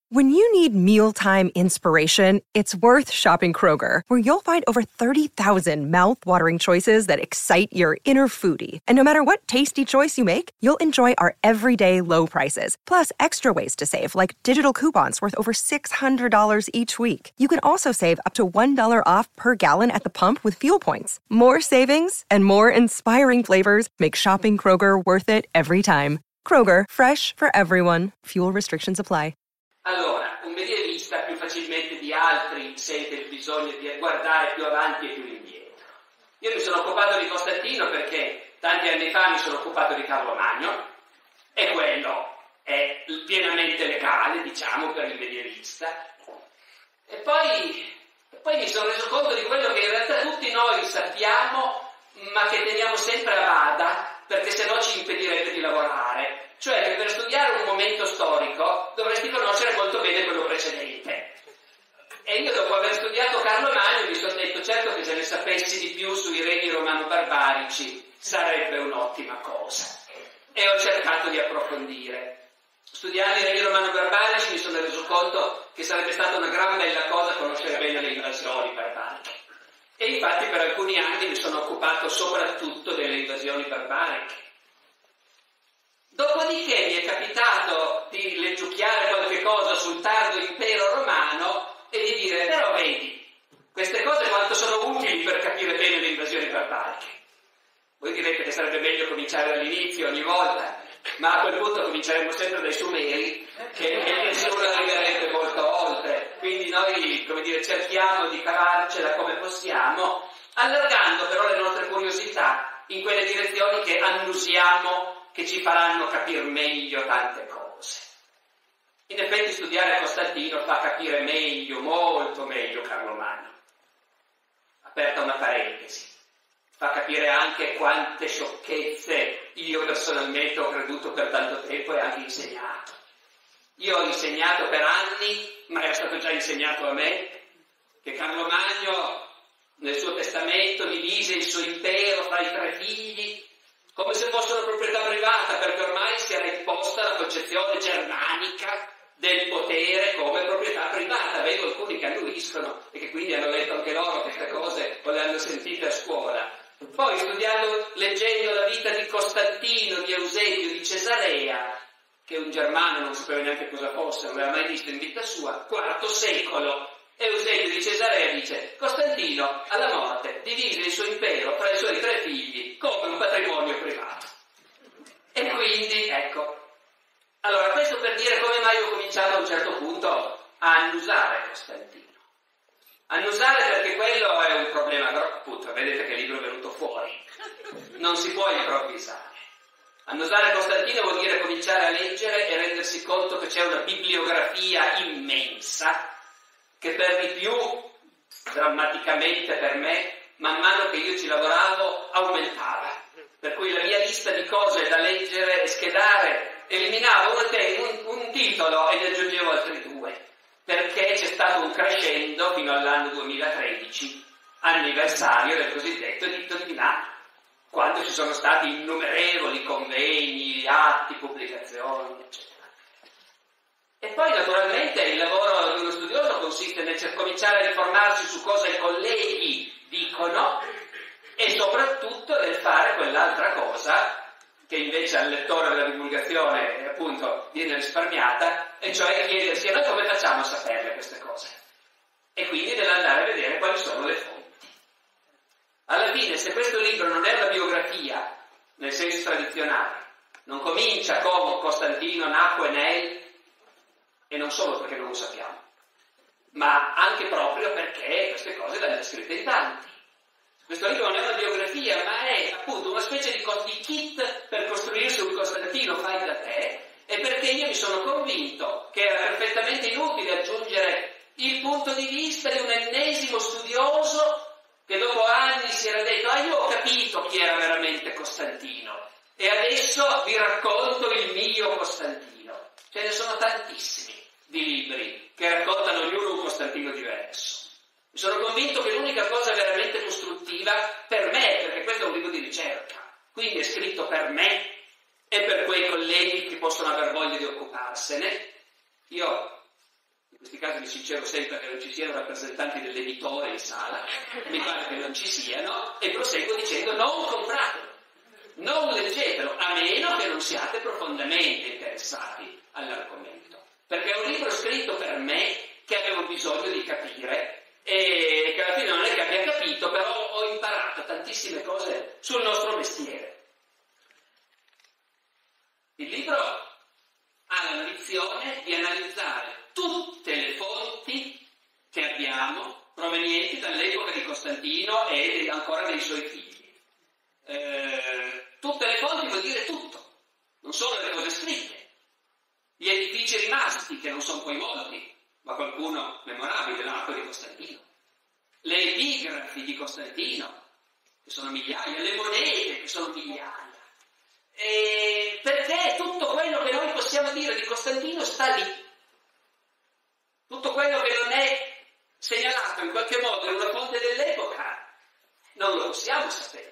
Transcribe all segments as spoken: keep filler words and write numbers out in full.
When you need mealtime inspiration, it's worth shopping Kroger, where you'll find over thirty thousand mouth-watering choices that excite your inner foodie. And no matter what tasty choice you make, you'll enjoy our everyday low prices, plus extra ways to save, like digital coupons worth over six hundred dollars each week. You can also save up to one dollar off per gallon at the pump with fuel points. More savings and more inspiring flavors make shopping Kroger worth it every time. Kroger, fresh for everyone. Fuel restrictions apply. Allora, un medievista più facilmente di altri sente il bisogno di guardare più avanti e più indietro. Io mi sono occupato di Costantino perché tanti anni fa mi sono occupato di Carlo Magno e quello è pienamente legale, diciamo, per il medievista. E poi, e poi mi sono reso conto di quello che in realtà tutti noi sappiamo, ma che teniamo sempre a bada, perché sennò ci impedirebbe di lavorare. Cioè che per studiare un momento storico dovresti conoscere molto bene quello precedente. E io dopo aver studiato Carlo Magno mi sono detto, certo che se ne sapessi di più sui regni romano-barbarici sarebbe un'ottima cosa. E ho cercato di approfondire. Studiando i regni romano-barbarici mi sono reso conto che sarebbe stata una gran bella cosa conoscere bene le invasioni barbariche. E infatti per alcuni anni mi sono occupato soprattutto delle invasioni barbariche. Dopodiché mi è capitato di leggiucchiare qualche cosa sul tardo impero romano e di dire, però vedi, queste cose quanto sono utili per capire bene le invasioni barbariche. Voi direte che sarebbe meglio cominciare dall'inizio ogni volta, ma a quel punto cominceremo sempre dai Sumeri, che nessuno arriverebbe molto oltre. Quindi noi, come dire, cerchiamo di cavarcela come possiamo, allargando però le nostre curiosità in quelle direzioni che annusiamo, che ci faranno capire meglio tante cose. In effetti studiare Costantino fa capire meglio, molto meglio Carlo Magno. Aperta una parentesi, fa capire anche quante sciocchezze io personalmente ho creduto per tanto tempo e anche insegnato. Io ho insegnato per anni, ma era stato già insegnato a me, che Carlo Magno nel suo testamento divise il suo impero fra i tre figli come se fossero proprietà privata, perché ormai si era imposta la concezione germanica del potere come proprietà privata. Vedo alcuni che annuiscono e che quindi hanno letto anche loro queste cose o le hanno sentite a scuola. Poi studiando, leggendo la vita di Costantino, di Eusebio, di Cesarea, che un germano non sapeva neanche cosa fosse, non l'aveva mai visto in vita sua, quarto secolo, Eusebio di Cesarea dice: Costantino alla morte divise il suo impero fra i suoi tre figli come un patrimonio privato. E quindi, ecco, allora questo per dire come mai ho cominciato a un certo punto a annusare Costantino. Annusare perché quello è un problema, però appunto, vedete che libro è venuto fuori, non si può improvvisare. Annusare Costantino vuol dire cominciare a leggere e rendersi conto che c'è una bibliografia immensa che per di più, drammaticamente per me, man mano che io ci lavoravo, aumentava. Per cui la mia lista di cose da leggere e schedare eliminava un, un, un titolo e ne aggiungevo altri due, perché c'è stato un crescendo fino all'anno duemilatredici, anniversario del cosiddetto Editto di Milano, quando ci sono stati innumerevoli convegni, atti, pubblicazioni, eccetera. E poi naturalmente il lavoro di uno studioso consiste nel cominciare a informarsi su cosa i colleghi dicono e soprattutto nel fare quell'altra cosa che invece al lettore della divulgazione appunto viene risparmiata, e cioè chiedersi: a noi come facciamo a saperle queste cose? E quindi nell'andare a vedere quali sono le fonti. Alla fine, se questo libro non è una biografia nel senso tradizionale, non comincia come Costantino nacque nel, e non solo perché non lo sappiamo, ma anche proprio perché queste cose le hanno scritte in tanti. Questo libro non è una biografia, ma è appunto una specie di, di kit per costruirsi un Costantino fai da te, e perché io mi sono convinto che era perfettamente inutile aggiungere il punto di vista di un ennesimo studioso che dopo anni si era detto: ah, io ho capito chi era veramente Costantino e adesso vi racconto il mio Costantino. Ce ne sono tantissimi di libri che raccontano ognuno un Costantino diverso. Mi sono convinto che l'unica cosa veramente costruttiva per me, perché questo è un libro di ricerca, quindi è scritto per me e per quei colleghi che possono aver voglia di occuparsene. Io questi casi mi sincero sempre che non ci siano rappresentanti dell'editore in sala, mi pare che non ci siano, e proseguo dicendo non compratelo, non leggetelo, a meno che non siate profondamente interessati all'argomento, perché è un libro scritto per me che avevo bisogno di capire e che alla fine non è che abbia capito, però ho imparato tantissime cose sul nostro mestiere. Il libro ha l'ambizione di analizzare tutte le fonti che abbiamo provenienti dall'epoca di Costantino e ancora dei suoi figli. Eh, tutte le fonti vuol dire tutto, non solo le cose scritte, gli edifici rimasti, che non sono poi molti, ma qualcuno memorabile, l'arco di Costantino, le epigrafi di Costantino, che sono migliaia, le monete, che sono migliaia. E perché tutto quello che noi possiamo dire di Costantino sta lì. Tutto quello che non è segnalato in qualche modo in una fonte dell'epoca non lo possiamo sapere.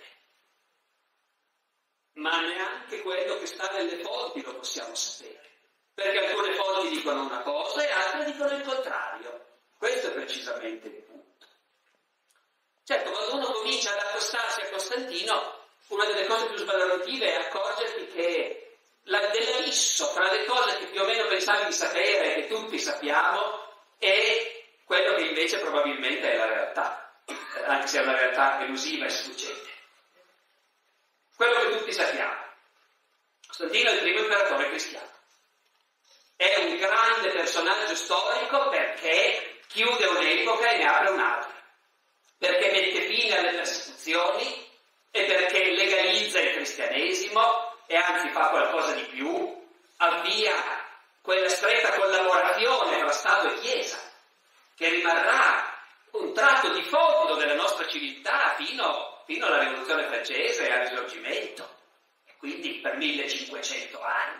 Ma neanche quello che sta nelle fonti lo possiamo sapere. Perché alcune fonti dicono una cosa e altre dicono il contrario. Questo è precisamente il punto. Certo, quando uno comincia ad accostarsi a Costantino, una delle cose più sbalorditive è accorgerti che la, dell'abisso fra le cose che più o meno pensavi di sapere e che tutti sappiamo e quello che invece probabilmente è la realtà, anche se è una realtà elusiva e sfuggente. Quello che tutti sappiamo. Costantino è il primo imperatore cristiano. È un grande personaggio storico perché chiude un'epoca e ne apre un'altra, perché mette fine alle persecuzioni e perché legalizza il cristianesimo e anzi fa qualcosa di più, avvia quella stretta collaborazione tra Stato e Chiesa, che rimarrà un tratto di fondo della nostra civiltà fino, fino alla Rivoluzione francese e al Risorgimento, e quindi per millecinquecento anni.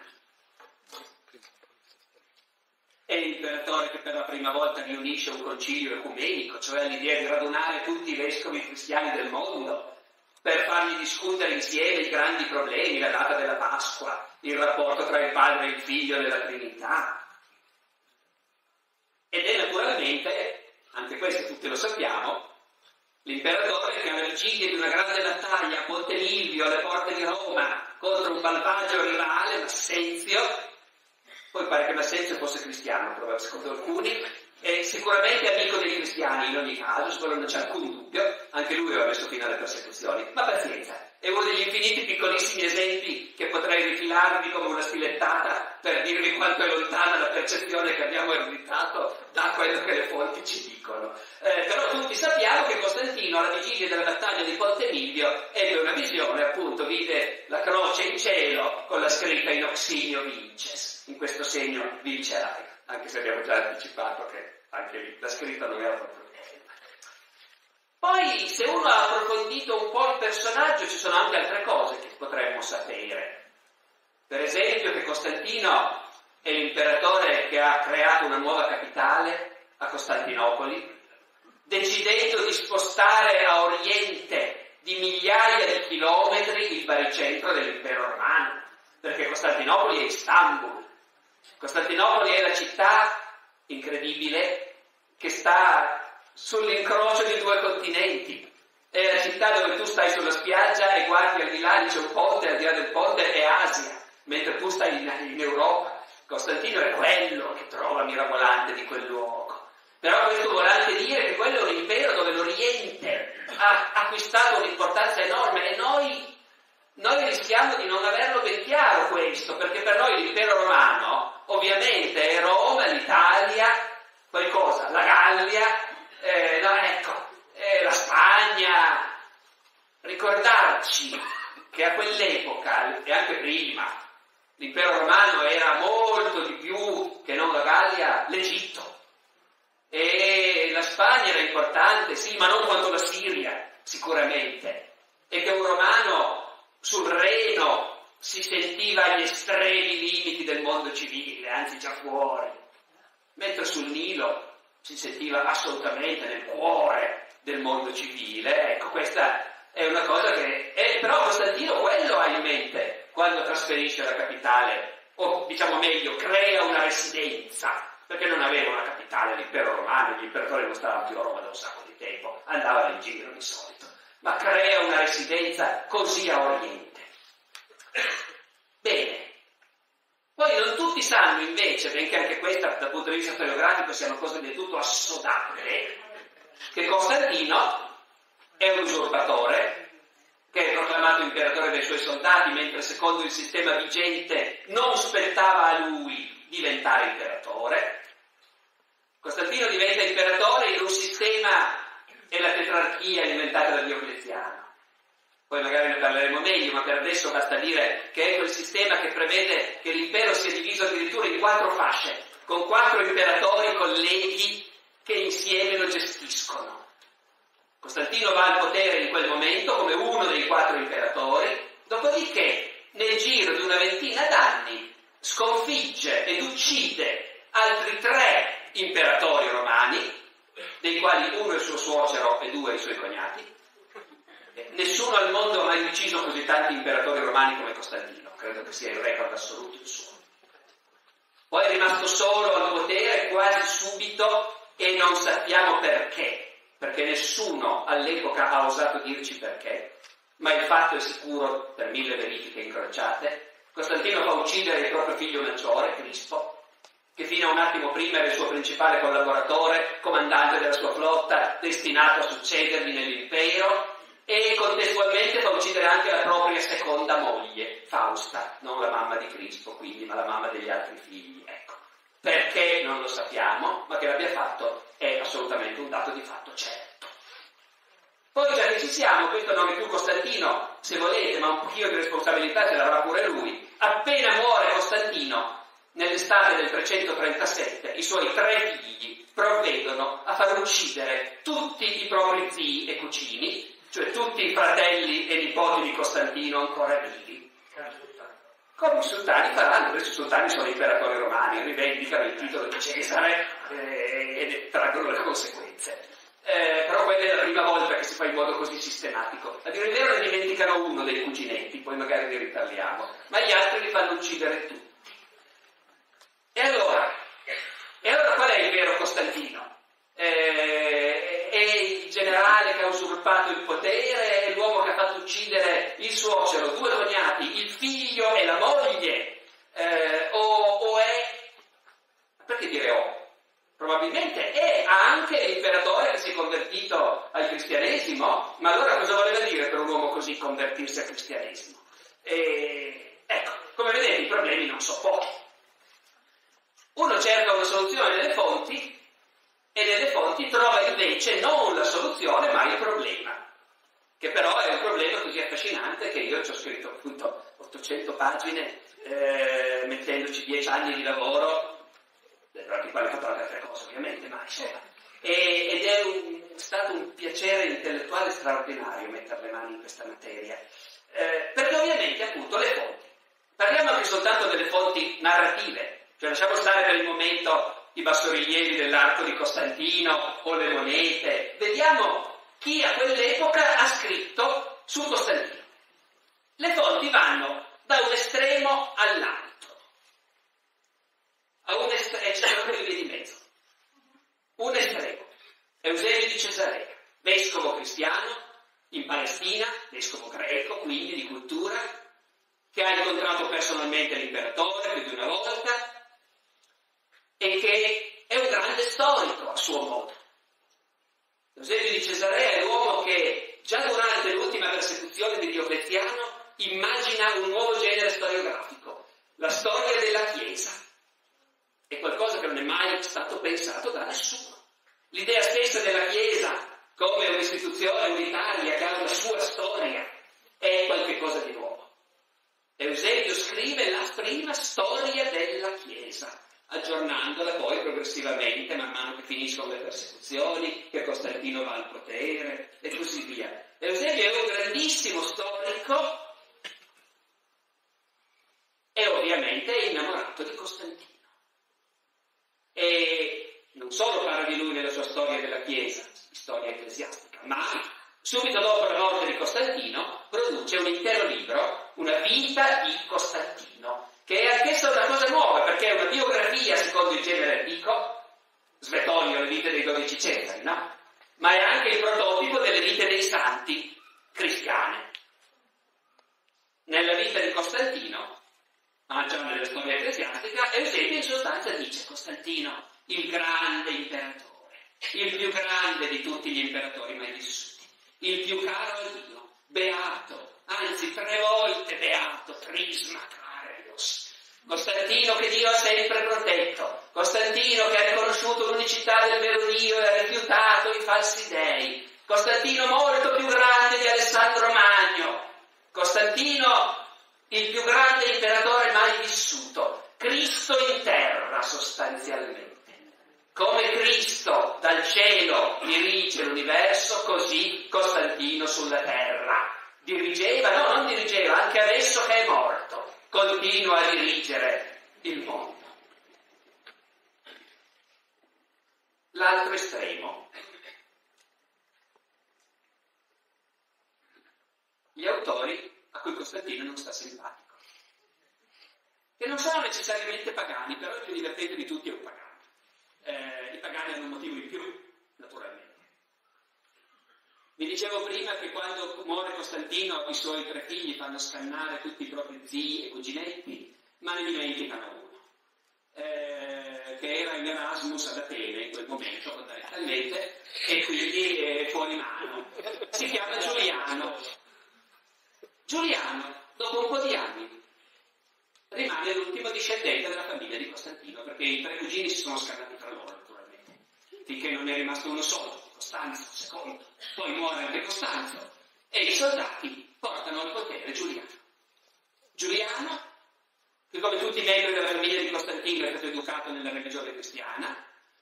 È l'imperatore che per la prima volta riunisce un concilio ecumenico, cioè l'idea di radunare tutti i vescovi cristiani del mondo per fargli discutere insieme i grandi problemi, la data della Pasqua, il rapporto tra il Padre e il Figlio nella Trinità. Ed è naturalmente, anche questo tutti lo sappiamo, l'imperatore che alla vigilia di una grande battaglia a Ponte Milvio, alle porte di Roma, contro un malvagio rivale, Massenzio, poi pare che Massenzio fosse cristiano, però secondo alcuni, è sicuramente amico dei cristiani in ogni caso, su quello non c'è alcun dubbio, anche lui aveva messo fine alle persecuzioni, ma pazienza, è uno degli infiniti piccolissimi esempi che potrei rifilarvi come una stilettata per dirvi quanto è lontana la percezione che abbiamo ereditato da quello che le fonti ci dicono. Eh, però tutti sappiamo che Costantino alla vigilia della battaglia di Ponte Milvio ebbe una visione, appunto, vide la croce in cielo con la scritta in Oxinio Vinces, in questo segno vincerai, anche se abbiamo già anticipato che anche lì la scritta non era proprio bella. Poi, se uno ha approfondito un po' il personaggio, ci sono anche altre cose che potremmo sapere. Per esempio che Costantino è l'imperatore che ha creato una nuova capitale a Costantinopoli, decidendo di spostare a oriente di migliaia di chilometri il baricentro dell'impero romano, perché Costantinopoli è Istanbul. Costantinopoli è la città incredibile che sta sull'incrocio di due continenti. È la città dove tu stai sulla spiaggia e guardi al di là, c'è un ponte, al di là del ponte è Asia, mentre tu stai in, in Europa. Costantino è quello che trova mirabolante di quel luogo. Però questo vuole anche dire che quello è un impero dove l'Oriente ha acquistato un'importanza enorme e noi Noi rischiamo di non averlo ben chiaro questo, perché per noi l'impero romano ovviamente è Roma, l'Italia, poi cosa? La Gallia, eh, no, ecco, eh, la Spagna. Ricordarci che a quell'epoca, e anche prima, l'impero romano era molto di più che non la Gallia, l'Egitto. E la Spagna era importante, sì, ma non quanto la Siria, sicuramente. E che un romano sul Reno si sentiva agli estremi limiti del mondo civile, anzi già fuori, mentre sul Nilo si sentiva assolutamente nel cuore del mondo civile. Ecco, questa è una cosa che... È, però Costantino quello ha in mente quando trasferisce la capitale, o diciamo meglio, crea una residenza, perché non aveva una capitale male all'impero romano, gli imperatori non stavano più a Roma da un sacco di tempo, andavano in giro di solito, ma crea una residenza così a Oriente. Bene. Poi non tutti sanno invece, benché anche questa dal punto di vista storiografico siano cose del tutto assodate, che Costantino è un usurpatore, che è proclamato imperatore dei suoi soldati, mentre secondo il sistema vigente non spettava a lui diventare imperatore. Costantino diventa imperatore in un sistema, è la tetrarchia inventata da Diocleziano. Poi magari ne parleremo meglio, ma per adesso basta dire che è quel sistema che prevede che l'impero sia diviso addirittura in quattro fasce, con quattro imperatori colleghi che insieme lo gestiscono. Costantino va al potere in quel momento come uno dei quattro imperatori, dopodiché nel giro di una ventina d'anni sconfigge ed uccide altri tre imperatori romani, dei quali uno è il suo suocero e due i suoi cognati. Nessuno al mondo ha mai ucciso così tanti imperatori romani come Costantino, credo che sia il record assoluto il suo. Poi è rimasto solo al potere quasi subito e non sappiamo perché, perché nessuno all'epoca ha osato dirci perché, ma il fatto è sicuro per mille verifiche incrociate. Costantino fa uccidere il proprio figlio maggiore, Crispo, che fino a un attimo prima era il suo principale collaboratore, comandante della sua flotta, destinato a succedergli nell'impero, e contestualmente fa uccidere anche la propria seconda moglie, Fausta, non la mamma di Crispo quindi, ma la mamma degli altri figli, ecco. Perché non lo sappiamo, ma che l'abbia fatto è assolutamente un dato di fatto certo. Poi già che ci siamo, questo non è più Costantino, se volete, ma un pochino di responsabilità ce l'avrà pure lui. Appena muore Costantino, nell'estate del trecentotrentasette, i suoi tre figli provvedono a far uccidere tutti i propri zii e cugini, cioè tutti i fratelli e nipoti di Costantino ancora vivi. Come i sultani faranno, questi sultani sono imperatori romani, rivendicano il titolo di Cesare eh, e ne traggono le conseguenze. Eh, però quella è la prima volta che si fa in modo così sistematico. A dire il vero ne dimenticano uno dei cuginetti, poi magari ne riparliamo, ma gli altri li fanno uccidere tutti. E allora, e allora qual è il vero Costantino? Eh, è il generale che ha usurpato il potere, è l'uomo che ha fatto uccidere il suocero, due cognati, il figlio e la moglie, eh, o, o è, perché dire o? Probabilmente è anche l'imperatore che si è convertito al cristianesimo, ma allora cosa voleva dire per un uomo così convertirsi al cristianesimo? E, ecco, come vedete i problemi non sono pochi. Uno cerca una soluzione nelle fonti, e nelle fonti trova invece non la soluzione ma il problema, che però è un problema così affascinante che io ci ho scritto appunto ottocento pagine eh, mettendoci dieci anni di lavoro, durante i quali ho fatto anche altre cose ovviamente, ma insomma, e, ed è un, stato un piacere intellettuale straordinario mettere le mani in questa materia, eh, perché ovviamente appunto le fonti, parliamo anche soltanto delle fonti narrative, cioè lasciamo stare per il momento i bassorilievi dell'arco di Costantino o le monete, vediamo chi a quell'epoca ha scritto su Costantino. Le fonti vanno da un estremo all'altro, a un estremo, e c'è anche via di mezzo. Un estremo, Eusebio di Cesarea, vescovo cristiano in Palestina, vescovo greco, quindi di cultura, che ha incontrato personalmente l'imperatore più di una volta, e che è un grande storico a suo modo. Eusebio di Cesarea è l'uomo che già durante l'ultima persecuzione di Diocleziano immagina un nuovo genere storiografico, la storia della Chiesa. È qualcosa che non è mai stato pensato da nessuno. L'idea stessa della Chiesa come un'istituzione unitaria che ha una sua storia è qualcosa di nuovo. Eusebio scrive la prima storia della Chiesa, aggiornandola poi progressivamente man mano che finiscono le persecuzioni, che Costantino va al potere e così via. Eusebio è un grandissimo storico e ovviamente è innamorato di Costantino. E non solo parla di lui nella sua storia della Chiesa, storia ecclesiastica, ma subito dopo la morte di Costantino produce un intero libro, una vita di Costantino, che è anch'essa una cosa nuova, perché è una biografia secondo il genere antico, Svetonius le vite dei dodici Cesari, no? Ma è anche il prototipo delle vite dei santi cristiane. Nella vita di Costantino, ma già nella storia ecclesiastica, Eusebio in sostanza dice: Costantino, il grande imperatore, il più grande di tutti gli imperatori mai vissuti, il più caro a Dio, beato, anzi tre volte beato, crisma carios. Costantino che Dio ha sempre protetto, Costantino che ha riconosciuto l'unicità del vero Dio e ha rifiutato i falsi dei, Costantino molto più grande di Alessandro Magno, Costantino il più grande imperatore mai vissuto, Cristo in terra sostanzialmente. Come Cristo dal cielo dirige l'universo, così Costantino sulla terra dirigeva, no, non dirigeva, anche adesso che è morto, continua a dirigere il mondo. L'altro estremo. Gli autori a cui Costantino non sta simpatico, che non sono necessariamente pagani, però il più divertente di tutti è un pagano. Eh, I pagani hanno un motivo in più, naturalmente. Vi dicevo prima che quando muore Costantino i suoi tre figli fanno scannare tutti i propri zii e cuginetti, ma ne dimenticano uno, eh, che era in Erasmus ad Atene in quel momento fondamentalmente, e quindi è fuori mano. Si chiama Giuliano. Giuliano, dopo un po' di anni, rimane l'ultimo discendente della famiglia di Costantino, perché i tre cugini si sono scannati tra loro, naturalmente, finché non è rimasto uno solo, Costanzo, secondo. Poi muore anche Costanzo e i soldati portano al potere Giuliano. Giuliano, che come tutti i membri della famiglia di Costantino è stato educato nella religione cristiana,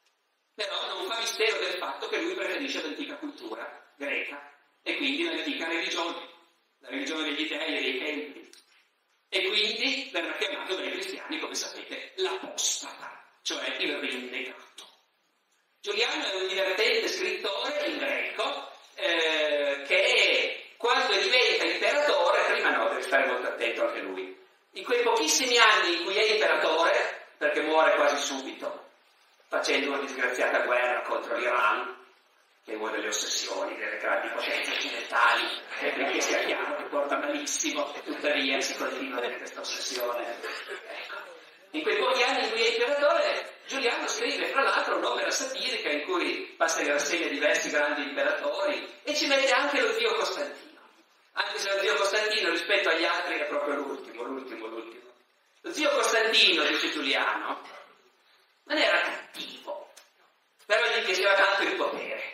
però non fa mistero del fatto che lui preferisce l'antica cultura greca e quindi l'antica religione, la religione degli dei e dei templi. E quindi verrà chiamato dai cristiani, come sapete, l'apostata, cioè il rinnegato. Giuliano è un divertente scrittore in greco eh, che quando diventa imperatore, prima no, deve stare molto attento anche lui, in quei pochissimi anni in cui è imperatore, perché muore quasi subito, facendo una disgraziata guerra contro l'Iran, che è una delle ossessioni delle grandi potenze occidentali, e perché sia chiaro che porta malissimo, e tuttavia si continua con questa ossessione. Ecco. In quei pochi anni in cui è imperatore, Giuliano scrive, fra l'altro, un'opera satirica in cui passa in rassegna diversi grandi imperatori e ci mette anche lo zio Costantino. Anche se lo zio Costantino rispetto agli altri è proprio l'ultimo, l'ultimo, l'ultimo. Lo zio Costantino, dice Giuliano, non era cattivo, però gli piaceva tanto il potere.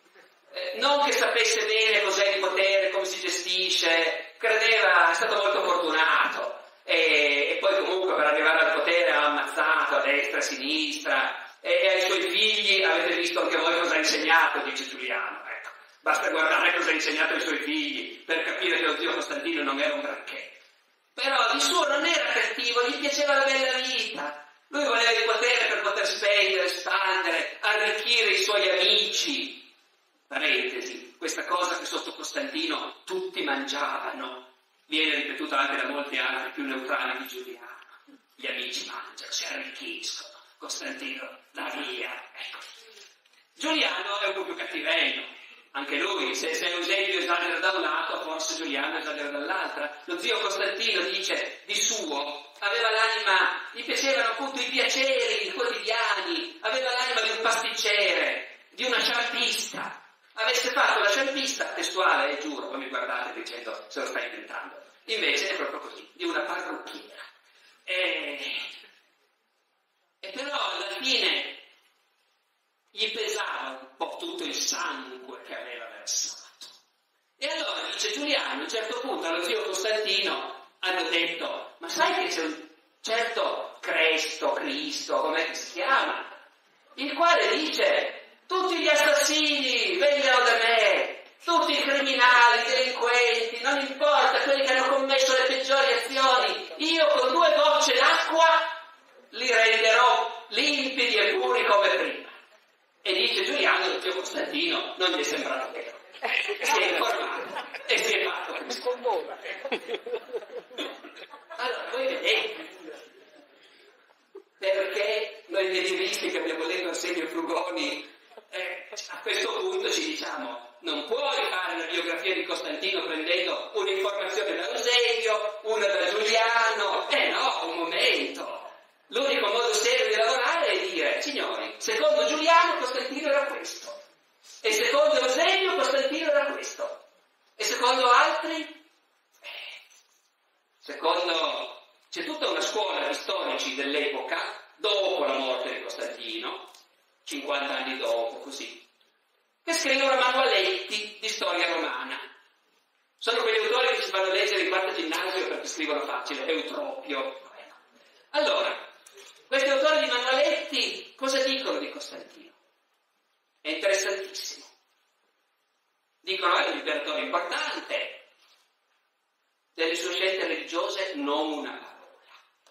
Eh, non che sapesse bene cos'è il potere, come si gestisce, credeva, è stato molto fortunato. E, e poi comunque per arrivare al potere ha ammazzato a destra e a sinistra e, e ai suoi figli avete visto anche voi cosa ha insegnato, dice Giuliano, ecco, basta guardare cosa ha insegnato ai suoi figli per capire che lo zio Costantino non era un granché. Però di suo non era cattivo, gli piaceva la bella vita, lui voleva il potere per poter spendere, espandere, arricchire i suoi amici. Parentesi, questa cosa che sotto Costantino tutti mangiavano viene ripetuta anche da molti altri più neutrali di Giuliano. Gli amici mangiano, si arricchiscono, Costantino la via, ecco. Giuliano è un po' più cattivello, anche lui, se, se Eusebio esagera da un lato, forse Giuliano esagera dall'altra. Lo zio Costantino dice di suo, aveva l'anima, gli piacevano appunto i piaceri, i quotidiani, aveva l'anima di un pasticcere, di una sciarpista. Avesse fatto la sciarpista, testuale, giuro, poi mi guardate dicendo se lo sta inventando, invece è proprio così, di una parrucchiera. E, e però alla fine gli pesava un po' tutto il sangue che aveva versato. E allora, dice Giuliano, a un certo punto allo zio Costantino hanno detto, ma sai che c'è un certo Cresto, Cristo, com'è che si chiama, il quale dice... Tutti gli assassini vengano da me, tutti i criminali, i delinquenti, non importa, quelli che hanno commesso le peggiori azioni, io con due gocce d'acqua li renderò limpidi e puri come prima. E dice Giuliano, lo zio Costantino, non gli è sembrato vero. Si è informato e si è fatto questo. Allora, voi vedete perché noi medievalisti che abbiamo letto Arsenio Frugoni Secondo Giuliano Costantino era questo, e secondo Eusebio Costantino era questo, e secondo altri, eh, secondo, c'è tutta una scuola di storici dell'epoca, dopo la morte di Costantino, cinquanta anni dopo, così, che scrivono manualetti di storia romana. Sono quegli autori che si vanno a leggere in quarto ginnasio perché scrivono facile, Eutropio. Allora, questi autori di manualetti cosa dicono di Costantino? È interessantissimo. Dicono è un imperatore importante, delle sue scelte religiose non una parola.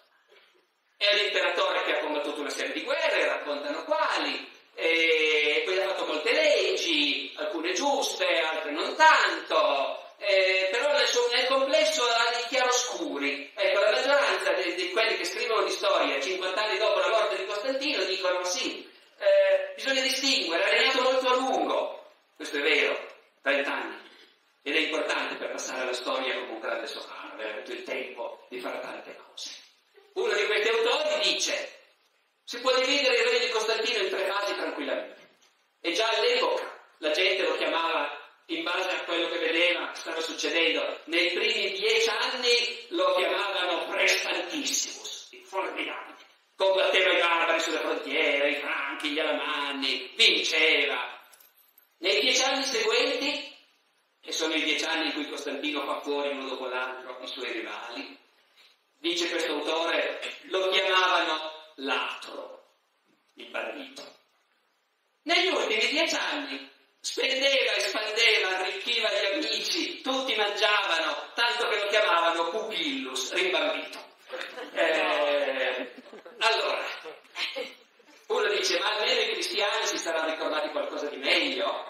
È un imperatore che ha combattuto una serie di guerre, raccontano quali, e poi ha fatto molte leggi, alcune giuste, altre non tanto. Eh, però nel, suo, nel complesso ha dei chiaroscuri. Ecco, la maggioranza di, di quelli che scrivono di storia cinquanta anni dopo la morte di Costantino dicono sì, eh, bisogna distinguere, ha regnato molto a lungo, questo è vero, trenta anni, ed è importante per passare alla storia come un grande sovrano, avere avuto il tempo di fare tante cose. Uno di questi autori dice si può dividere il regno di Costantino in tre fasi tranquillamente, e già all'epoca la gente lo chiamava, in base a quello che vedeva che stava succedendo, nei primi dieci anni lo chiamavano Prestantissimus, formidabile. Combatteva i barbari sulle frontiere, i franchi, gli alamanni, vinceva. Nei dieci anni seguenti, che sono i dieci anni in cui Costantino fa fuori uno dopo l'altro i suoi rivali, dice questo autore, lo chiamavano Latro, il bandito. Negli ultimi dieci anni spendeva, espandeva, arricchiva gli amici, tutti mangiavano, tanto che lo chiamavano pupillus, rimbambito. Eh, allora, uno dice, ma almeno i cristiani si saranno ricordati qualcosa di meglio?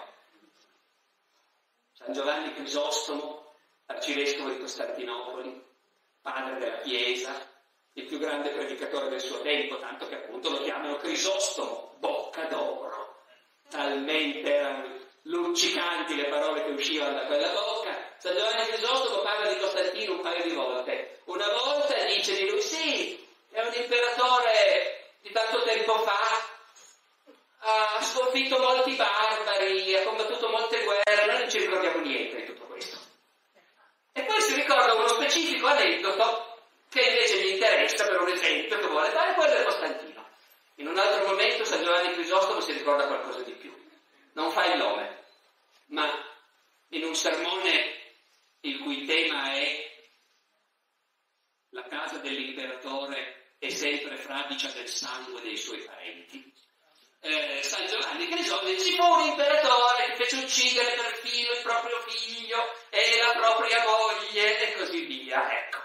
San Giovanni Crisostomo, arcivescovo di Costantinopoli, padre della Chiesa, il più grande predicatore del suo tempo, tanto che appunto lo chiamano Crisostomo, bocca d'oro. Talmente erano luccicanti le parole che uscivano da quella bocca. San Giovanni Crisostomo parla di Costantino un paio di volte. Una volta dice di lui, sì, è un imperatore di tanto tempo fa, ha sconfitto molti barbari, ha combattuto molte guerre, noi non ci ricordiamo niente di tutto questo. E poi si ricorda uno specifico aneddoto che invece gli interessa per un esempio che vuole fare, quello è Costantino. In un altro momento San Giovanni Crisostomo si ricorda qualcosa di più. Non fa il nome, ma in un sermone il cui tema è la casa dell'imperatore è sempre fradicia del sangue dei suoi parenti, eh, San Giovanni Crisostomo ci fu un imperatore che fece uccidere perfino il proprio figlio e la propria moglie e così via, ecco.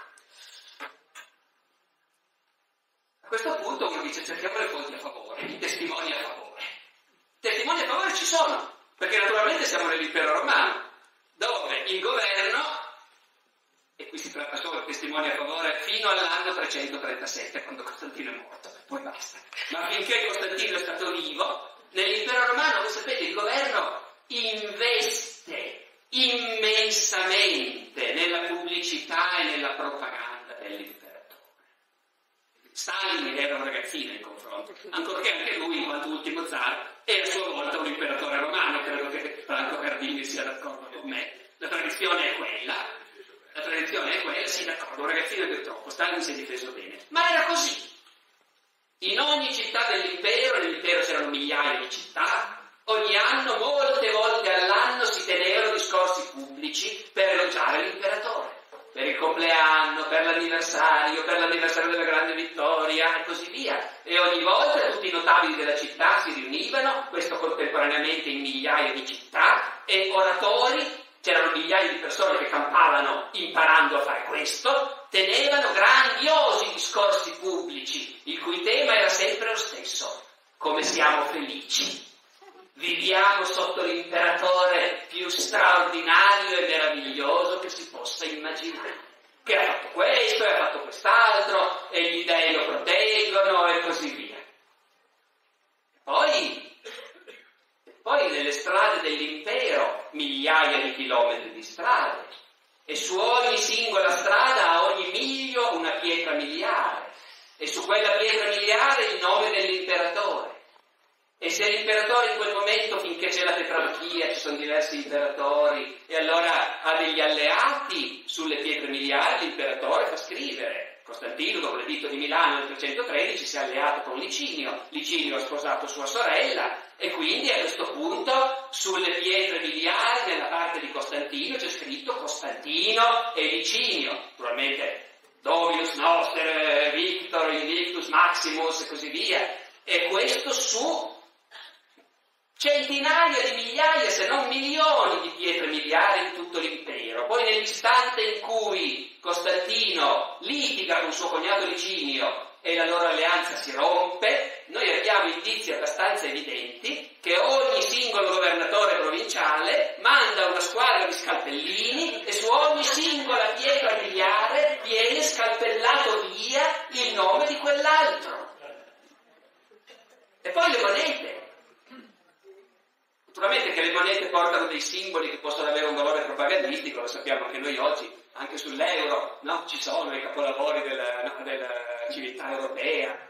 A questo punto uno dice cerchiamo le fonti a favore, i testimoni a favore. I testimoni a favore ci sono, perché naturalmente siamo nell'impero romano, dove il governo, e qui si tratta solo di testimoni a favore, fino all'anno trecentotrentasette, quando Costantino è morto, poi basta. Ma finché Costantino è stato vivo, nell'impero romano, voi sapete, il governo investe immensamente nella pubblicità e nella propaganda dell'imperatore. Stalin era un ragazzino in confronto, ancorché anche lui, in quanto ultimo zar, è a sua volta un imperatore romano. Credo che Franco Cardini sia d'accordo con me. La tradizione è quella, la tradizione è quella, sì, d'accordo, un ragazzino è troppo, Stalin si è difeso bene. Ma era così. In ogni città dell'impero, nell'impero c'erano migliaia di città, ogni anno, molte volte all'anno, si tenevano discorsi pubblici per elogiare l'imperatore. Per il compleanno, per l'anniversario, per l'anniversario della grande vittoria e così via. E ogni volta tutti i notabili della città si riunivano, questo contemporaneamente in migliaia di città, e oratori, c'erano migliaia di persone che campavano imparando a fare questo, tenevano grandiosi discorsi pubblici, il cui tema era sempre lo stesso: come siamo felici. Viviamo sotto l'imperatore più straordinario e meraviglioso che si possa immaginare, che ha fatto questo e ha fatto quest'altro e gli dei lo proteggono e così via. Poi, poi nelle strade dell'impero migliaia di chilometri di strade, e su ogni singola strada, a ogni miglio, una pietra miliare, e su quella pietra miliare il nome dell'imperatore. dell'imperatore in quel momento, finché c'è la tetrarchia, ci sono diversi imperatori, e allora ha degli alleati sulle pietre miliari, l'imperatore fa scrivere. Costantino, dopo l'editto di Milano nel trecentotredici, si è alleato con Licinio, Licinio ha sposato sua sorella, e quindi a questo punto sulle pietre miliari, nella parte di Costantino, c'è scritto Costantino e Licinio, naturalmente Dominus Noster, Victor, Invictus Maximus e così via, e questo su centinaia di migliaia, se non milioni di pietre miliari in tutto l'impero. Poi nell'istante in cui Costantino litiga con suo cognato Licinio e la loro alleanza si rompe, noi abbiamo indizi abbastanza evidenti che ogni singolo governatore provinciale manda una squadra di scalpellini e su ogni singola pietra miliare viene scalpellato via il nome di quell'altro. E poi le monete. Naturalmente che le monete portano dei simboli che possono avere un valore propagandistico, lo sappiamo anche noi oggi, anche sull'euro, no? Ci sono i capolavori della, no, della civiltà europea.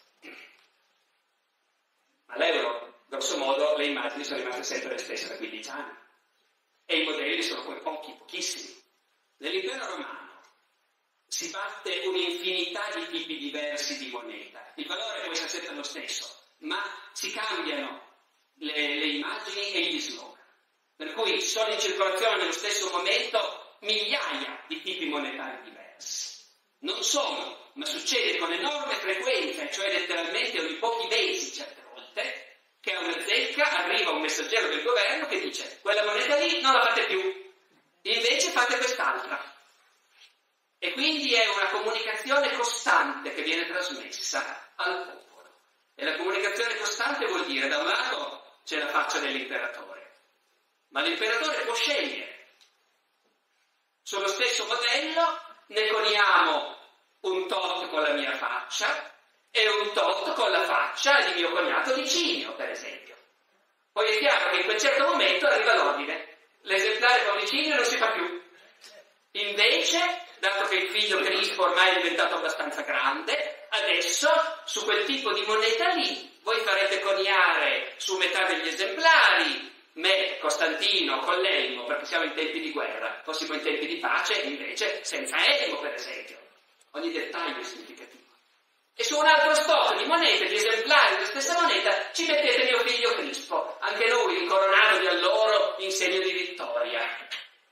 Ma l'euro, grosso modo, le immagini sono rimaste sempre le stesse da quindici anni. E i modelli sono poi pochi, pochissimi. Nell'impero romano si batte un'infinità di tipi diversi di moneta. Il valore può essere sempre lo stesso, ma si cambiano Le, le immagini e gli slogan, per cui sono in circolazione nello stesso momento migliaia di tipi monetari diversi. Non sono, ma succede con enorme frequenza, cioè letteralmente ogni pochi mesi certe volte, che a una zecca arriva un messaggero del governo che dice: quella moneta lì non la fate più, invece fate quest'altra. E quindi è una comunicazione costante che viene trasmessa al popolo. E la comunicazione costante vuol dire, da un lato, c'è la faccia dell'imperatore, ma l'imperatore può scegliere. Sullo stesso modello ne coniamo un tot con la mia faccia e un tot con la faccia di mio cognato Licinio, per esempio. Poi è chiaro che in quel certo momento arriva l'ordine: l'esemplare con Licinio non si fa più. Invece, dato che il figlio Crispo ormai è diventato abbastanza grande, adesso su quel tipo di moneta lì voi farete coniare su metà degli esemplari me, Costantino, con l'elmo, perché siamo in tempi di guerra. Fossimo in tempi di pace, invece, senza elmo, per esempio. Ogni dettaglio è significativo. E su un altro stock di monete, di esemplari della stessa moneta, ci mettete mio figlio Crispo, anche lui incoronato di alloro in segno di vittoria.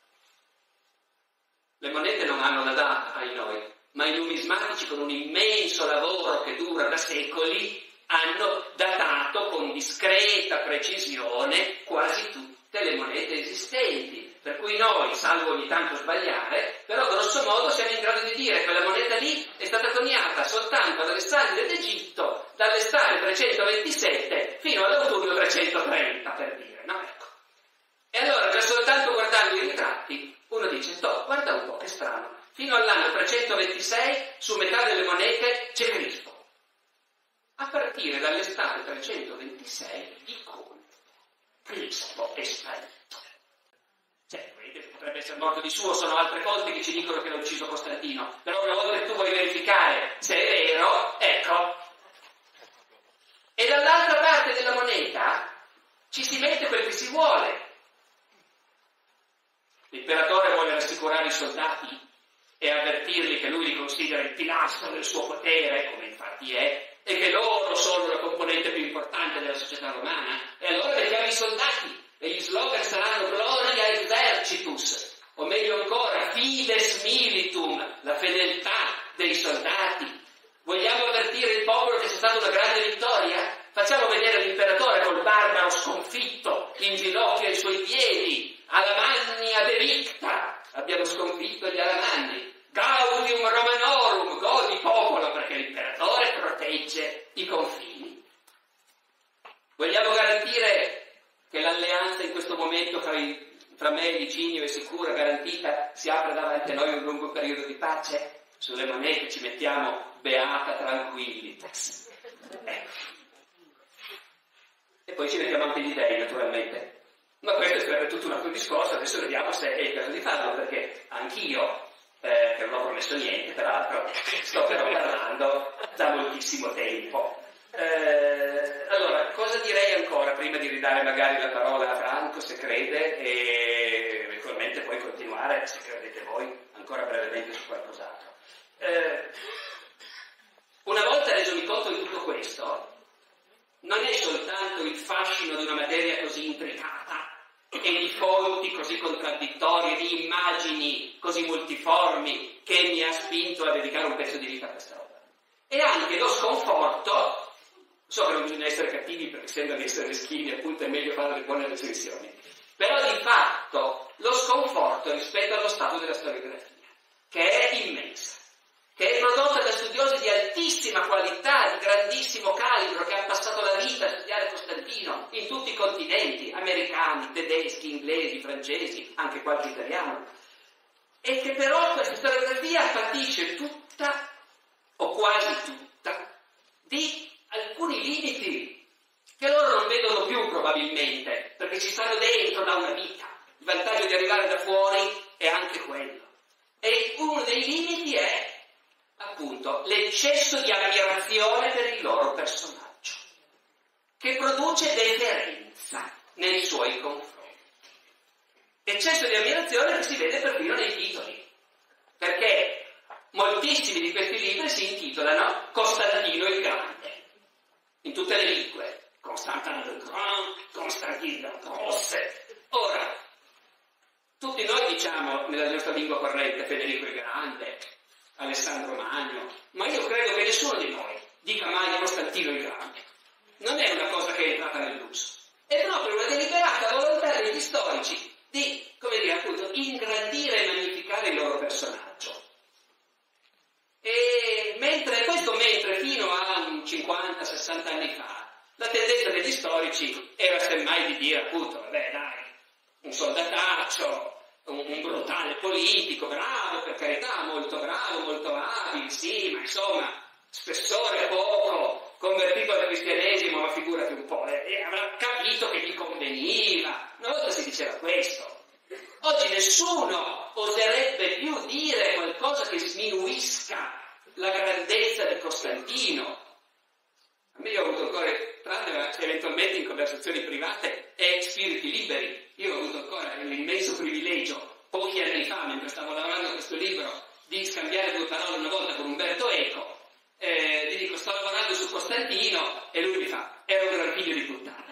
Le monete non hanno la data, ai noi, ma i numismatici, con un immenso lavoro che dura da secoli, hanno datato con discreta precisione quasi tutte le monete esistenti, per cui noi, salvo ogni tanto sbagliare, però grosso modo siamo in grado di dire che la moneta lì è stata coniata soltanto ad Alessandria d'Egitto dall'estate trecentoventisette fino all'autunno trecentotrenta, per dire, no? Ecco. E allora, già soltanto guardando i ritratti, uno dice: toh, guarda un po', che strano, fino all'anno trecentoventisei su metà delle monete c'è Crispo. A partire dall'estate trecentoventisei, dicono, Crispo è sparito. Cioè, potrebbe essere morto di suo, sono altre fonti che ci dicono che l'ha ucciso Costantino, però una volta che tu vuoi verificare se è vero, ecco. E dall'altra parte della moneta ci si mette quel che si vuole. L'imperatore vuole rassicurare i soldati e avvertirli che lui li considera il pilastro del suo potere, come infatti è, e che loro sono la componente più importante della società romana. E allora vediamo i soldati, e gli slogan saranno Gloria exercitus, o meglio ancora Fides militum, la fedeltà dei soldati. Vogliamo avvertire il popolo che c'è stata una grande vittoria? Facciamo vedere l'imperatore col barbaro sconfitto in ginocchio ai suoi piedi. Alamannia delicta, abbiamo sconfitto gli Alamanni. Gaudium Romanorum, godi popolo, perché l'imperatore protegge i confini. Vogliamo garantire che l'alleanza in questo momento fra, i, fra me e Licinio è sicura, garantita, si apre davanti a noi un lungo periodo di pace? Sulle monete ci mettiamo beata tranquillitas. Ecco. E poi ci mettiamo anche gli dei, naturalmente. Ma questo sarebbe tutto un altro discorso, adesso vediamo se è il caso di farlo, perché anch'io, eh, che non ho promesso niente peraltro, sto però parlando da moltissimo tempo. Eh, allora, cosa direi ancora? prima di ridare magari la parola a Franco, se crede, e eventualmente poi continuare, se credete voi, ancora brevemente su qualcos'altro. Eh, una volta resomi conto di tutto questo, non è soltanto il fascino di una materia così intricata e di fonti così contraddittorie, di immagini così multiformi che mi ha spinto a dedicare un pezzo di vita a questa roba. E anche lo sconforto, so che non bisogna essere cattivi perché sembra di essere meschini, appunto è meglio fare le buone recensioni, però di fatto lo sconforto rispetto allo stato della storiografia, che è immensa, che è prodotta da studiosi di altissima qualità, di grandissimo calibro, che hanno passato la vita a studiare Costantino in tutti i continenti, americani, tedeschi, inglesi, francesi, anche qualche italiano, e che però questa storiografia patisce tutta, o quasi tutta, di alcuni limiti che loro non vedono più probabilmente, perché ci stanno dentro da una vita. Il vantaggio di arrivare da fuori è anche quello. E uno dei limiti è appunto l'eccesso di ammirazione per il loro personaggio, che produce deferenza nei suoi confronti. Eccesso di ammirazione che si vede perfino nei titoli, perché moltissimi di questi libri si intitolano Costantino il Grande, in tutte le lingue, Constantin le Grand, Constantin le Grosse. Ora, tutti noi diciamo nella nostra lingua corrente Federico il Grande, Alessandro Magno, ma io credo che nessuno di noi dica mai Costantino il Grande. Non è una cosa che è entrata nell'uso, è proprio una deliberata volontà degli storici di, come dire, appunto, ingrandire e magnificare il loro personaggio. E mentre, questo mentre fino a cinquanta sessanta anni fa, la tendenza degli storici era semmai di dire, appunto, vabbè dai, un soldataccio, un, un brutale politico, bravo, per carità, molto bravo, molto abile, sì, ma insomma, spessore poco, convertito al cristianesimo, ma figurati un po', e, e avrà capito che gli conveniva. Una volta si diceva questo. Oggi nessuno oserebbe più dire qualcosa che sminuisca la grandezza di Costantino. A me io ho avuto ancora, tranne eventualmente in conversazioni private e spiriti liberi, io ho avuto ancora l'immenso privilegio, pochi anni fa, mentre stavo lavorando a questo libro, di scambiare due parole una volta con Umberto Eco. Eh, gli dico, sto lavorando su Costantino, e lui mi fa, era un gran figlio di puttana.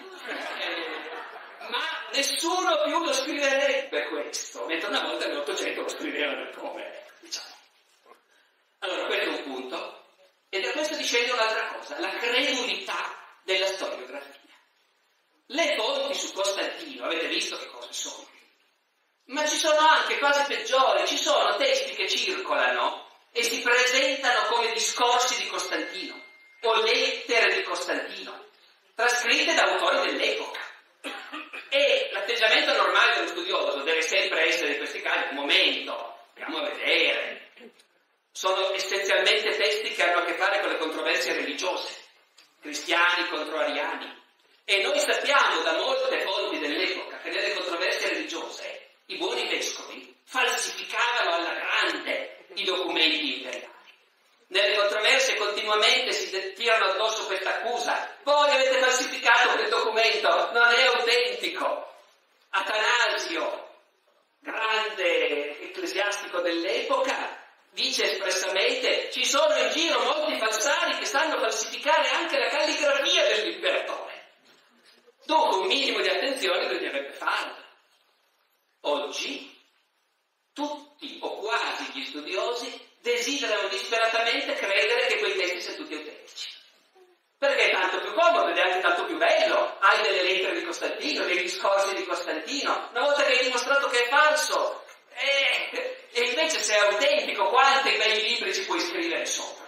Eh, ma nessuno più lo scriverebbe questo, mentre una volta nell'Ottocento lo scrivevano come, diciamo. Allora, questo è un punto. E da questo discende un'altra cosa, la credulità della storiografia. Le fonti su Costantino, avete visto che cose sono? Ma ci sono anche cose peggiori, ci sono testi che circolano e si presentano come discorsi di Costantino, o lettere di Costantino, trascritte da autori dell'epoca. E l'atteggiamento normale dello studioso deve sempre essere in questi casi, un momento, andiamo a vedere. Sono essenzialmente testi che hanno a che fare con le controversie religiose, cristiani contro ariani. E noi sappiamo da molte fonti dell'epoca che nelle controversie religiose i buoni vescovi falsificavano alla grande i documenti imperiali. Nelle controversie continuamente si tirano addosso questa accusa. Voi avete falsificato quel documento, non è autentico. Atanasio, grande ecclesiastico dell'epoca, dice espressamente: ci sono in giro molti falsari che sanno falsificare anche la calligrafia dell'imperatore. Dunque un minimo di attenzione bisognerebbe farla. Oggi tutti o quasi gli studiosi desiderano disperatamente credere che quei testi siano tutti autentici. Perché è tanto più comodo ed è anche tanto più bello. Hai delle lettere di Costantino, dei discorsi di Costantino. Una volta che hai dimostrato che è falso, eh, e invece se è autentico, quanti bei libri ci puoi scrivere sopra?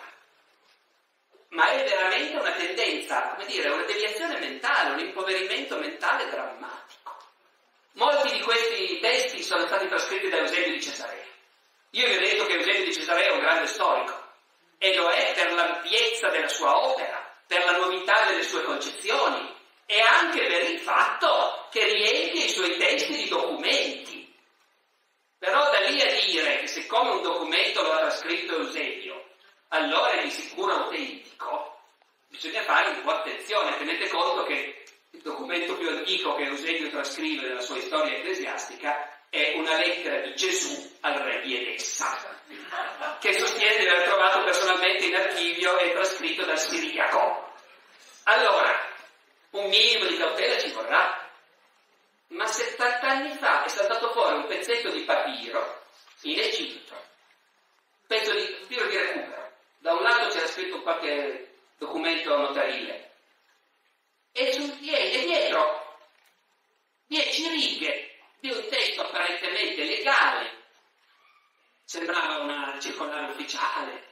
Ma è veramente una tendenza, come dire, una deviazione mentale, un impoverimento mentale drammatico. Molti di questi testi sono stati trascritti da Eusebio di Cesarea. Io vi ho detto che Eusebio di Cesarea è un grande storico, e lo è per l'ampiezza della sua opera, per la novità delle sue concezioni, e anche per il fatto che riempie i suoi testi di documenti. Però da lì a dire che siccome un documento lo ha trascritto Eusebio, allora è di sicuro autentico, bisogna fare un po' attenzione. Tenete conto che il documento documento più antico che Eusebio trascrive nella sua storia ecclesiastica è una lettera di Gesù al re di Edessa, che sostiene di aver trovato personalmente in archivio e trascritto dal siriaco. Allora, un minimo di cautela ci vorrà, ma settanta anni fa è saltato fuori un pezzetto di papiro in Egitto, un pezzo di papiro di recupero. Da un lato c'era scritto qualche documento notarile, e, sul, e dietro dieci righe di un testo apparentemente legale, sembrava una circolare ufficiale.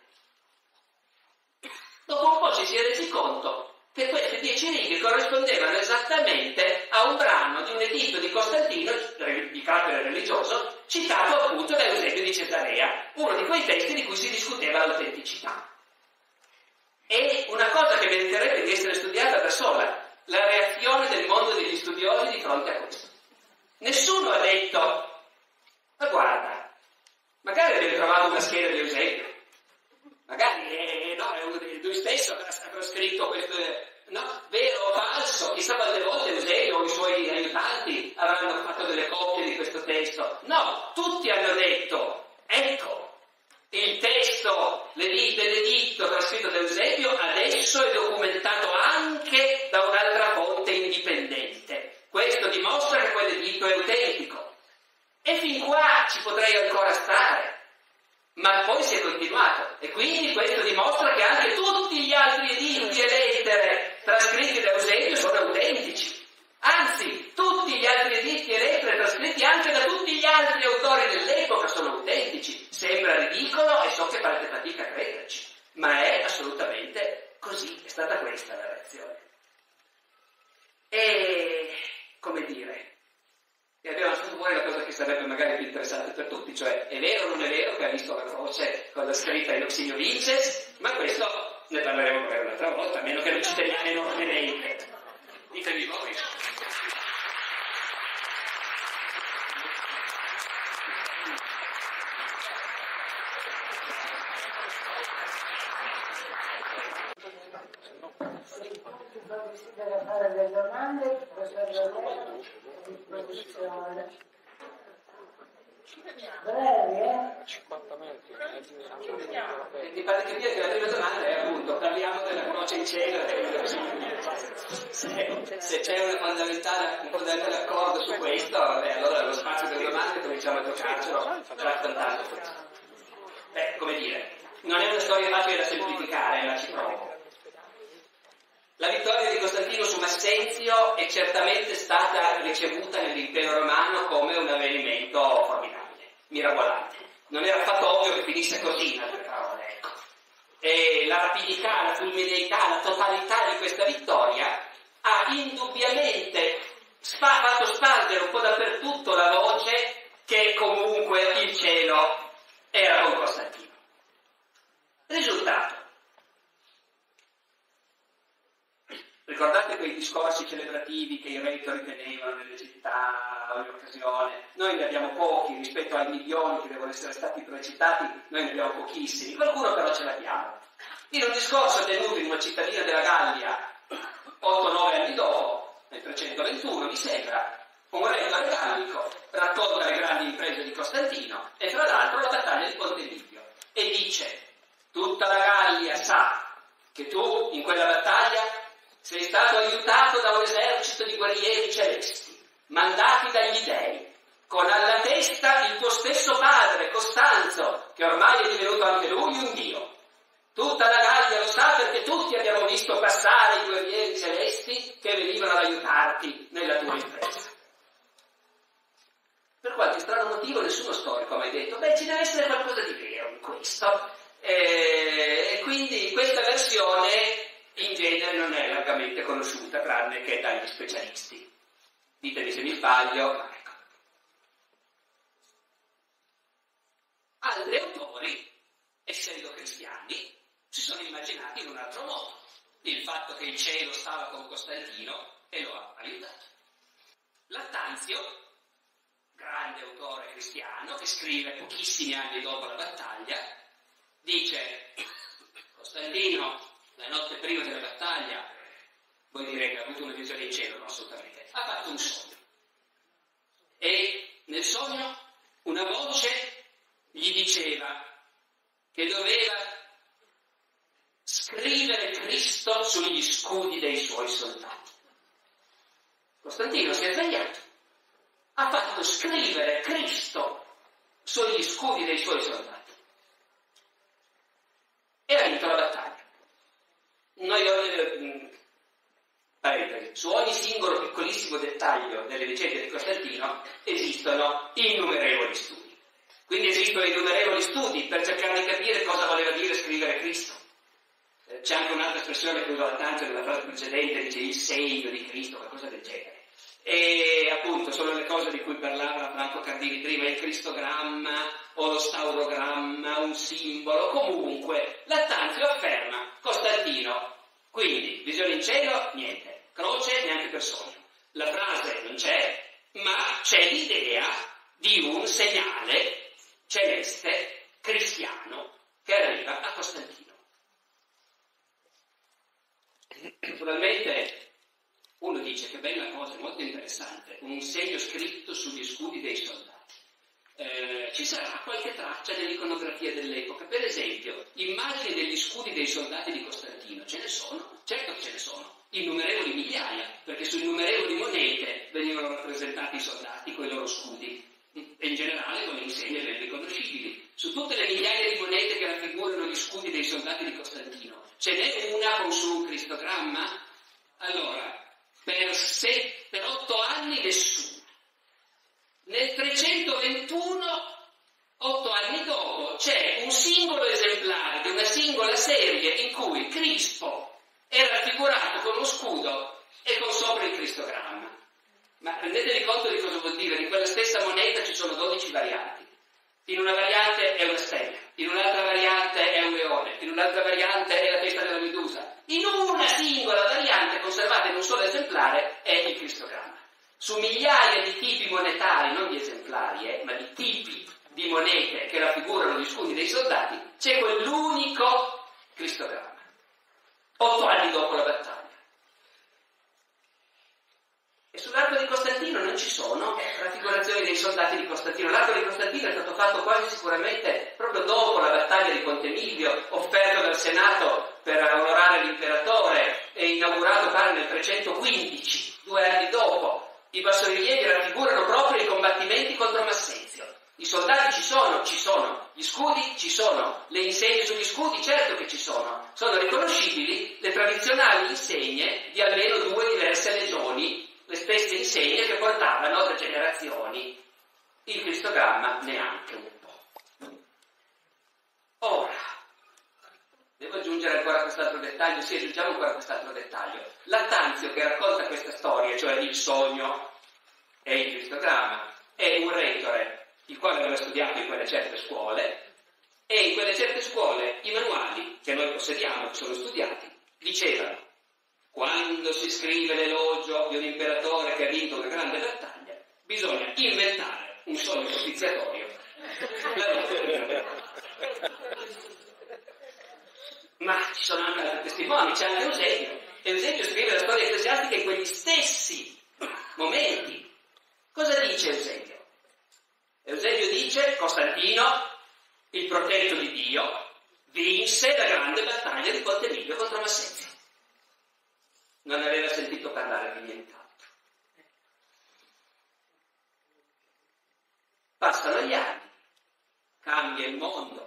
Dopo un po' ci si è resi conto che queste dieci righe corrispondevano esattamente a un brano di un editto di Costantino di carattere religioso, citato appunto da Eusebio di Cesarea, uno di quei testi di cui si discuteva l'autenticità. È una cosa che meriterebbe di essere studiata da sola, la reazione del mondo degli studiosi di fronte a questo. Nessuno ha detto, ma guarda, magari abbiamo trovato una scheda di Eusebio, magari eh, no, è uno di lui stesso avrà scritto questo, no, vero o falso, chissà quante volte Eusebio o i suoi aiutanti avranno fatto delle copie di questo testo. No, tutti hanno detto, ecco, il testo dell'editto trascritto da Eusebio adesso è documentato anche da un'altra fonte indipendente. Questo dimostra che quell'editto è autentico. E fin qua ci potrei ancora stare. Ma poi si è continuato. E quindi questo dimostra che anche tutti gli altri editti e lettere trascritti da Eusebio sono autentici. Anzi, tutti gli altri editti e lettere trascritti anche da tutti gli altri autori dell'epoca sono autentici. Sembra ridicolo e so che farete fatica a crederci, ma è assolutamente così, è stata questa la reazione. E, come dire, e abbiamo fatto fuori la cosa che sarebbe magari più interessante per tutti, cioè è vero o non è vero che ha visto la croce con la scritta in Oxinio Vinces, ma questo ne parleremo magari un'altra volta, a meno che non ci teniamo enormemente. Ditemi voi. Per fare delle domande, potrebbero a disposizione. Brevi, eh? cinquanta metri. Mi pare che dire che la prima domanda è appunto, parliamo della croce in cielo. Se, se c'è una fondamentale, un fondamentale accordo su questo, beh, allora lo spazio delle domande cominciamo a giocarcelo raccontando questo. Beh, come dire, non è una storia facile da semplificare, ma ci provo. La vittoria di Costantino su Massenzio è certamente stata ricevuta nell'impero romano come un avvenimento formidabile, mirabolante. Non era affatto ovvio che finisse così, in altre parole, ecco. E la rapidità, la fulmineità, la totalità di questa vittoria ha indubbiamente spa- fatto spandere un po' dappertutto la voce che comunque il cielo era con Costantino. Risultato. Ricordate quei discorsi celebrativi che i rettori tenevano nelle città ogni occasione? Noi ne abbiamo pochi rispetto ai milioni che devono essere stati recitati, noi ne abbiamo pochissimi, qualcuno però ce l'abbiamo. In un discorso tenuto in una cittadina della Gallia otto nove anni dopo, nel trecentoventuno mi sembra, un rettore gallico racconta le grandi imprese di Costantino e fra l'altro la battaglia di Ponte Milvio e dice: tutta la Gallia sa che tu in quella battaglia sei stato aiutato da un esercito di guerrieri celesti, mandati dagli dei, con alla testa il tuo stesso padre, Costanzo, che ormai è divenuto anche lui un dio. Tutta la Gallia lo sa perché tutti abbiamo visto passare i guerrieri celesti che venivano ad aiutarti nella tua impresa. Per qualche strano motivo nessuno storico ha mai detto, beh, ci deve essere qualcosa di vero in questo. E, e quindi questa versione in genere non è largamente conosciuta, tranne che dagli specialisti. Ditemi se mi sbaglio, ma ecco. Altri autori, essendo cristiani, si sono immaginati in un altro modo. Il fatto che il cielo stava con Costantino e lo ha aiutato. Lattanzio, grande autore cristiano, che scrive pochissimi anni dopo la battaglia, dice: Costantino, la notte prima della battaglia, voi direte che ha avuto una visione in cielo, no, assolutamente una voce gli diceva che doveva scrivere Cristo sugli scudi dei suoi soldati. Costantino si è svegliato, ha fatto scrivere Cristo sugli scudi dei suoi soldati e ha vinto la battaglia. Noi eh, parentesi, su ogni singolo piccolissimo dettaglio delle vicende di Costantino esistono innumerevoli studi. Quindi esistono innumerevoli studi per cercare di capire cosa voleva dire scrivere Cristo. Eh, c'è anche un'altra espressione che usava tanto nella frase precedente, dice il segno di Cristo, qualcosa del genere. E appunto sono le cose di cui parlava Franco Cardini prima, il cristogramma o lo staurogramma, un simbolo, comunque Lattanzio afferma Costantino, quindi visione in cielo, niente, croce, neanche per sogno, la frase non c'è, ma c'è l'idea di un segnale celeste cristiano che arriva a Costantino. Naturalmente uno dice che bella cosa, molto interessante, un segno scritto sugli scudi dei soldati. Eh, ci sarà qualche traccia nell'iconografia dell'epoca, per esempio, immagini degli scudi dei soldati di Costantino, ce ne sono, certo che ce ne sono, innumerevoli migliaia, perché su innumerevoli monete venivano rappresentati i soldati con i loro scudi, e in generale con le insegne ben riconoscibili. Su tutte le migliaia di monete che raffigurano gli scudi dei soldati di Costantino, ce n'è una con su un cristogramma? Allora, Per, se, per otto anni nessuno. Nel trecentoventuno, otto anni dopo, c'è un singolo esemplare di una singola serie in cui Cristo è raffigurato con lo scudo e con sopra il cristogramma. Ma rendetevi conto di cosa vuol dire? In quella stessa moneta ci sono dodici varianti. In una variante è una stella, in un'altra variante è un leone, in un'altra variante è la testa della Medusa. In una singola variante conservata in un solo esemplare è il cristogramma. Su migliaia di tipi monetari, non di esemplari, eh, ma di tipi di monete che raffigurano gli scudi dei soldati, c'è quell'unico cristogramma. Otto anni dopo la battaglia. E sull'arco di Costantino non ci sono raffigurazioni dei soldati di Costantino. L'arco di Costantino è stato fatto quasi sicuramente proprio dopo la battaglia di Ponte Milvio, offerto dal Senato per onorare l'imperatore e inaugurato pare nel trecentoquindici, due anni dopo. I bassorilievi raffigurano proprio i combattimenti contro Massenzio. I soldati ci sono, ci sono, gli scudi ci sono, le insegne sugli scudi certo che ci sono, sono riconoscibili le tradizionali insegne di almeno due diverse legioni, le stesse insegne che portavano da generazioni, il cristogramma neanche un po'. Ora, devo aggiungere ancora quest'altro dettaglio, sì, aggiungiamo ancora quest'altro dettaglio. Lattanzio che racconta questa storia, cioè il sogno e il cristogramma, è un retore, il quale aveva studiato in quelle certe scuole, e in quelle certe scuole i manuali che noi possediamo, che sono studiati, dicevano: quando si scrive l'elogio di un imperatore che ha vinto una grande battaglia, bisogna inventare un sogno propiziatorio. Ma ci sono anche altri testimoni, c'è anche Eusebio. Eusebio scrive la storia ecclesiastica in quegli stessi momenti. Cosa dice Eusebio? Eusebio dice: Costantino, il protetto di Dio, vinse la grande battaglia di Ponte Milvio contro Massenzio. Non aveva sentito parlare di nient'altro. Passano gli anni, cambia il mondo.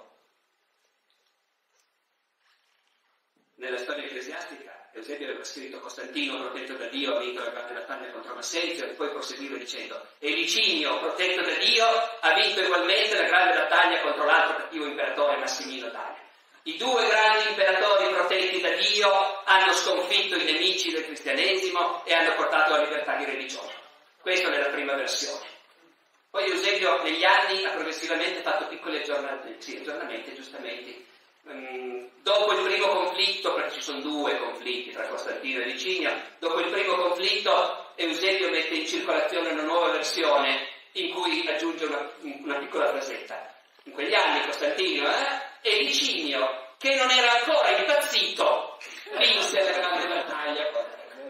Nella storia ecclesiastica Eusebio aveva scritto: Costantino, protetto da Dio, ha vinto la grande battaglia contro Massenzio, e poi proseguiva dicendo: e Licinio, protetto da Dio, ha vinto ugualmente la grande battaglia contro l'altro cattivo imperatore Massimino d'Alia. I due grandi imperatori protetti da Dio hanno sconfitto i nemici del cristianesimo e hanno portato la libertà di religione. Questa è la prima versione. Poi Eusebio negli anni ha progressivamente fatto piccoli aggiornamenti, sì, aggiornamenti, giustamente. Um, dopo il primo conflitto, perché ci sono due conflitti tra Costantino e Licinio, dopo il primo conflitto Eusebio mette in circolazione una nuova versione in cui aggiunge una, una piccola frasetta. In quegli anni Costantino eh, e Licinio, che non era ancora impazzito, vinse la grande battaglia.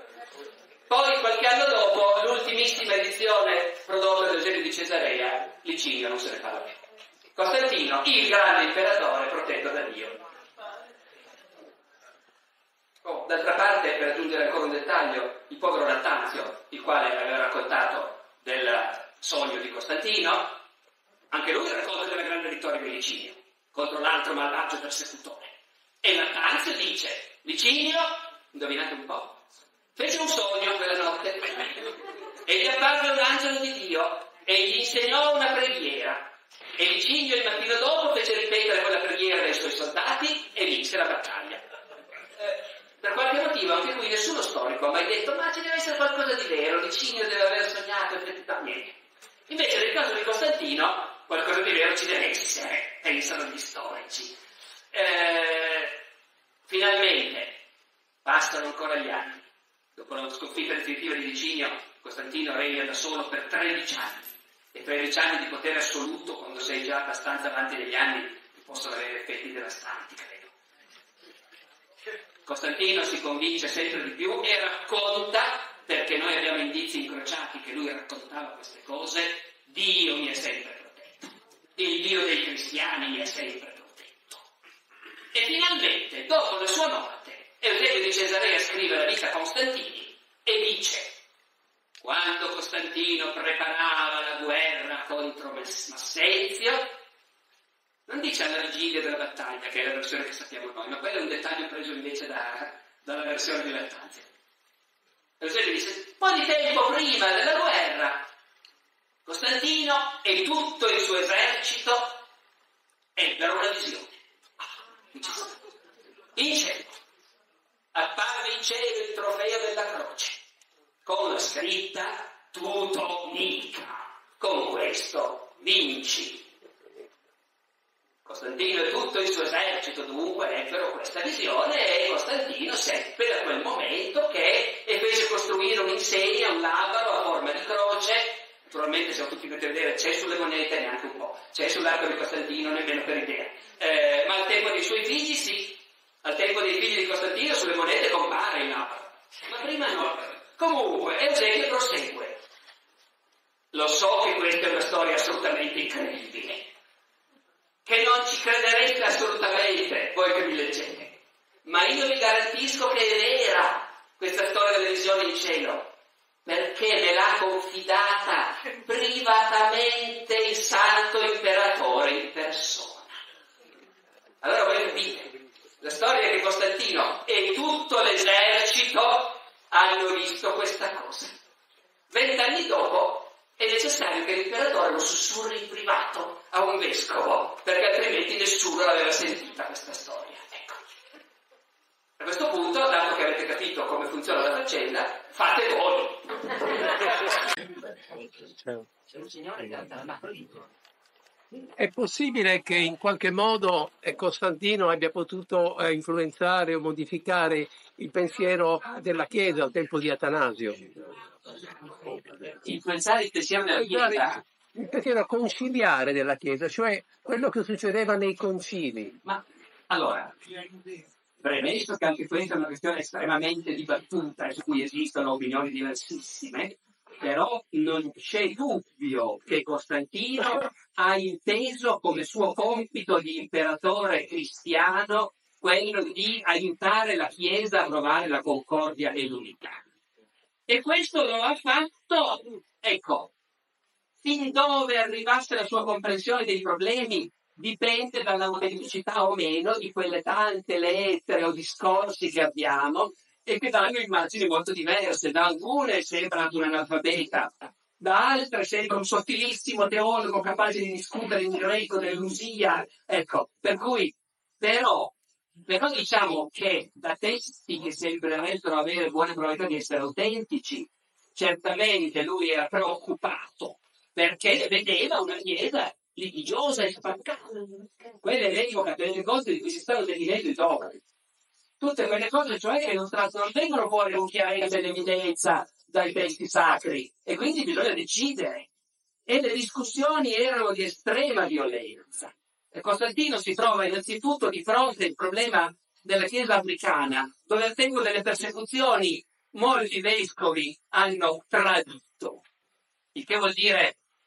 Poi qualche anno dopo, l'ultimissima edizione prodotta da Eusebio di Cesarea, Licinio non se ne parla più. Costantino, il grande imperatore protetto da Dio. Oh, d'altra parte, per aggiungere ancora un dettaglio, il povero Lattanzio, il quale aveva raccontato del sogno di Costantino, anche lui racconta della grande vittoria di Licinio contro l'altro malvagio persecutore. E Lattanzio dice: Licinio, indovinate un po', fece un sogno quella notte e gli apparve un angelo di Dio e gli insegnò una preghiera. E Licinio il mattino dopo fece ripetere quella preghiera ai suoi soldati e vinse la battaglia. Eh, per qualche motivo anche qui nessuno storico ha mai detto: ma ci deve essere qualcosa di vero, Licinio deve aver sognato effettivamente. Invece nel caso di Costantino qualcosa di vero ci deve essere, pensano gli storici. Eh, finalmente passano ancora gli anni. Dopo la sconfitta definitiva di Licinio, Costantino regna da solo per tredici anni. E tredici anni di potere assoluto, quando sei già abbastanza avanti negli anni, possono avere effetti devastanti, credo. Costantino si convince sempre di più e racconta, perché noi abbiamo indizi incrociati che lui raccontava queste cose: Dio mi è sempre protetto, il Dio dei cristiani mi è sempre protetto. E finalmente, dopo la sua morte, Eusebio di Cesarea scrive la vita Constantini e dice: quando Costantino preparava la guerra contro Massenzio, non dice alla vigilia della battaglia, che è la versione che sappiamo noi, ma quello è un dettaglio preso invece da, dalla versione di Lattanzio. Eusebio dice: un po' di tempo prima della guerra, Costantino e tutto il suo esercito ebbero una visione. In cielo apparve in cielo il trofeo della croce, con la scritta Tuto Nica, con questo vinci. Costantino e tutto il suo esercito dunque ebbero questa visione e Costantino seppe da quel momento che e fece costruire un'insegna, un labaro a forma di croce. Naturalmente siamo tutti per vedere, c'è sulle monete neanche un po', c'è sull'arco di Costantino nemmeno per idea, eh, ma al tempo dei suoi figli sì, al tempo dei figli di Costantino sulle monete compare il labaro, ma prima no. Comunque, Eusebio prosegue. Lo so che questa è una storia assolutamente incredibile, che non ci crederete assolutamente voi che mi leggete, ma io vi garantisco che è vera questa storia delle visioni in cielo, perché me l'ha confidata privatamente il santo imperatore in persona. Allora voi capite, la storia è che Costantino e tutto l'esercito hanno visto questa cosa. Vent'anni dopo è necessario che l'imperatore lo sussurri in privato a un vescovo, perché altrimenti nessuno l'aveva sentita questa storia. Ecco. A questo punto, dato che avete capito come funziona la faccenda, fate voi. È possibile che in qualche modo eh, Costantino abbia potuto eh, influenzare o modificare il pensiero della Chiesa al tempo di Atanasio? Influenzare il pensiero della Chiesa? Il pensiero conciliare della Chiesa, cioè quello che succedeva nei concili. Ma allora, premesso che anche questa è una questione estremamente dibattuta e su cui esistono opinioni diversissime, però non c'è dubbio che Costantino ha inteso come suo compito di imperatore cristiano quello di aiutare la Chiesa a trovare la concordia e l'unità. E questo lo ha fatto, ecco, fin dove arrivasse la sua comprensione dei problemi dipende dall'autenticità o meno di quelle tante lettere o discorsi che abbiamo e che danno immagini molto diverse. Da alcune sembra un analfabeta, da altre sembra un sottilissimo teologo capace di discutere in greco dell'usia. Ecco, per cui, però, però diciamo che da testi che sembrerebbero avere buone probabilità di essere autentici, certamente lui era preoccupato perché vedeva una chiesa litigiosa e spaccata. Quelle l'epoca delle cose di cui si stanno definendo i dogmi. Tutte quelle cose, cioè, che non, non vengono fuori con chiarezza ed evidenza dai testi sacri, e quindi bisogna decidere. E le discussioni erano di estrema violenza. E Costantino si trova innanzitutto di fronte al problema della Chiesa africana, dove al tempo delle persecuzioni molti vescovi hanno tradito. Il che vuol dire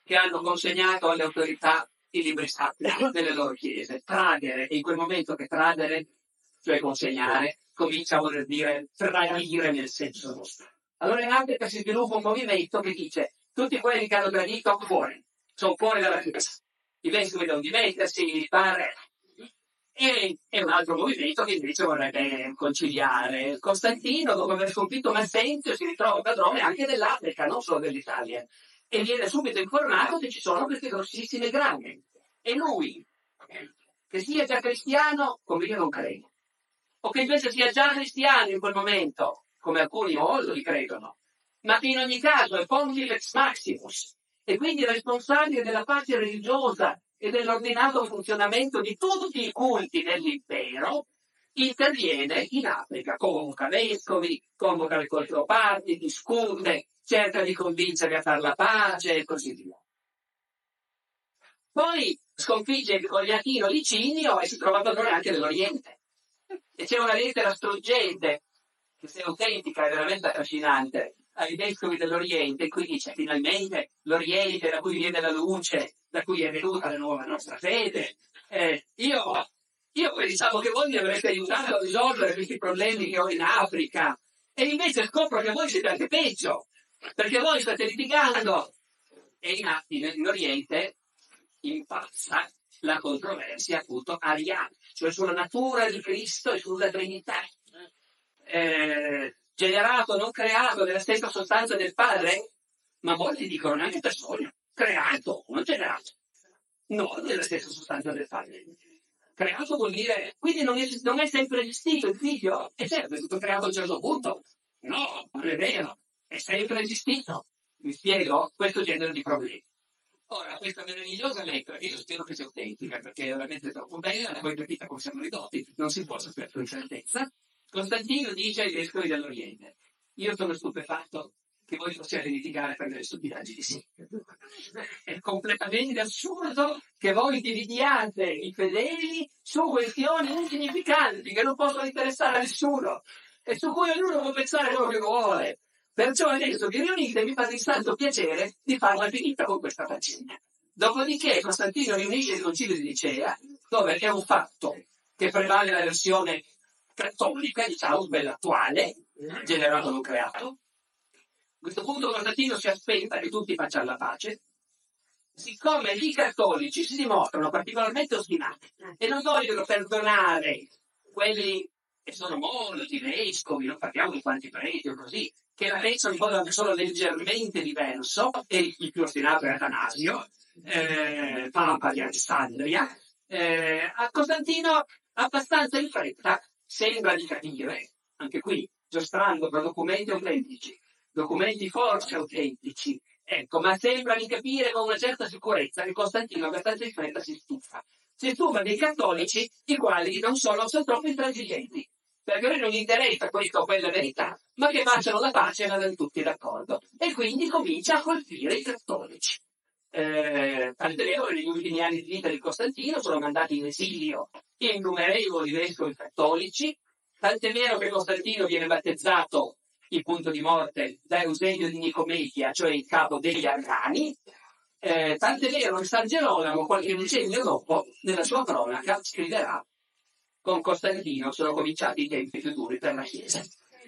che hanno consegnato alle autorità i libri sacri delle loro chiese. Tradere, e in quel momento che tradere, cioè consegnare, comincia a voler dire tradire nel senso nostro. Allora in Africa si sviluppa un movimento che dice tutti quelli che hanno tradito fuori, sono fuori dalla Chiesa. I vescovi devono dimettersi, pare. E, e un altro movimento che invece vorrebbe conciliare. Costantino, dopo aver sconfitto Maxenzio, si ritrova padrone anche dell'Africa, non solo dell'Italia. E viene subito informato che ci sono queste grossissime grandi. E lui, che sia già cristiano, come io non credo, o che invece sia già cristiano in quel momento, come alcuni molto li credono, ma che in ogni caso è Pontifex Maximus, e quindi responsabile della pace religiosa e dell'ordinato funzionamento di tutti i culti dell'impero, interviene in Africa, convoca vescovi, convoca le controparti, discute, cerca di convincere a fare la pace e così via. Poi sconfigge il Cogliatino Licinio e si trova padrone anche dell'Oriente. E c'è una lettera struggente, che se autentica è veramente affascinante, ai vescovi dell'Oriente, in cui dice finalmente l'Oriente da cui viene la luce, da cui è venuta la nuova nostra fede. Eh, io, io pensavo che voi mi avreste aiutato a risolvere questi problemi che ho in Africa, e invece scopro che voi siete anche peggio, perché voi state litigando. E in, in, in Oriente impazza la controversia appunto ariana, cioè sulla natura di Cristo e sulla Trinità. Eh, generato, non creato, nella stessa sostanza del Padre, ma molti dicono neanche per sogno, creato, non generato, non nella stessa sostanza del Padre. Creato vuol dire, quindi non è, non è sempre esistito il figlio, e certo è stato creato a un certo punto. No, non è vero, è sempre esistito. Mi spiego questo genere di problemi. Ora, questa meravigliosa lettera, io spero che sia autentica, perché è veramente troppo bella, la poi capita come siamo ridotti, non si può sapere con certezza. Costantino dice ai vescovi dell'Oriente: io sono stupefatto che voi possiate litigare per delle stupidaggini sì. È completamente assurdo che voi dividiate i fedeli su questioni insignificanti che non possono interessare a nessuno e su cui ognuno può pensare quello che vuole. Perciò adesso vi riunite e mi fate il santo piacere di farla finita con questa faccenda. Dopodiché Costantino riunisce il concilio di Nicea, dove è un fatto che prevale la versione cattolica, diciamo, quella attuale, generato non creato. A questo punto Costantino si aspetta che tutti facciano la pace. Siccome i cattolici si dimostrano particolarmente ostinati e non vogliono perdonare quelli che sono molti vescovi, non parliamo di quanti preti o così, che la pensano in modo anche solo leggermente diverso, e il più ostinato è Atanasio, eh, Papa di Alessandria, eh, a Costantino abbastanza in fretta sembra di capire, anche qui, giostrando per documenti autentici, documenti forse autentici, ecco, ma sembra di capire con una certa sicurezza che Costantino abbastanza in fretta si stufa. Si stufa dei cattolici, i quali non sono, sono troppo intransigenti, perché a noi non gli interessa questa o quella verità, ma che facciano la pace e vadano tutti d'accordo. E quindi comincia a colpire i cattolici. Eh, tant'è vero che negli ultimi anni di vita di Costantino sono mandati in esilio innumerevoli vescovi cattolici, tant'è vero che Costantino viene battezzato in punto di morte da Eusenio di Nicomedia, cioè il capo degli Arcani, eh, tant'è vero che San Gerolamo qualche decennio dopo nella sua cronaca scriverà: con Costantino sono cominciati i tempi più duri per la Chiesa,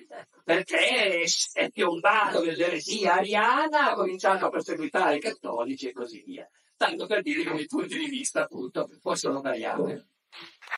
perché è piombato nell'eresia ariana, ha cominciato a perseguitare i cattolici e così via. Tanto per dire che i punti di vista appunto possono variare.